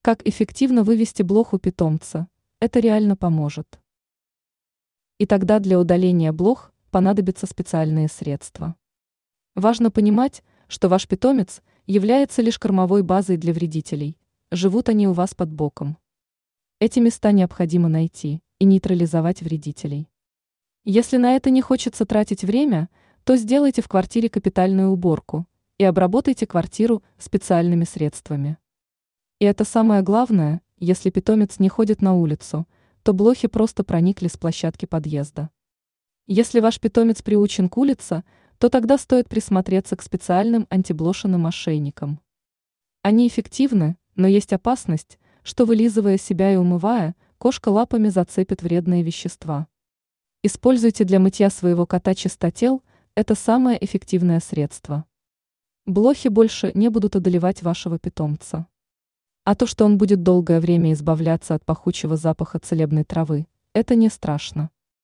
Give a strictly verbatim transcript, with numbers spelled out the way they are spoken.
Как эффективно вывести блох у питомца? Это реально поможет. И тогда для удаления блох понадобятся специальные средства. Важно понимать, что ваш питомец является лишь кормовой базой для вредителей, живут они у вас под боком. Эти места необходимо найти и нейтрализовать вредителей. Если на это не хочется тратить время, то сделайте в квартире капитальную уборку и обработайте квартиру специальными средствами. И это самое главное, если питомец не ходит на улицу, то блохи просто проникли с площадки подъезда. Если ваш питомец приучен к улице, то тогда стоит присмотреться к специальным антиблошиным ошейникам. Они эффективны, но есть опасность, что, вылизывая себя и умывая, кошка лапами зацепит вредные вещества. Используйте для мытья своего кота чистотел, это самое эффективное средство. Блохи больше не будут одолевать вашего питомца. А то, что он будет долгое время избавляться от пахучего запаха целебной травы, это не страшно.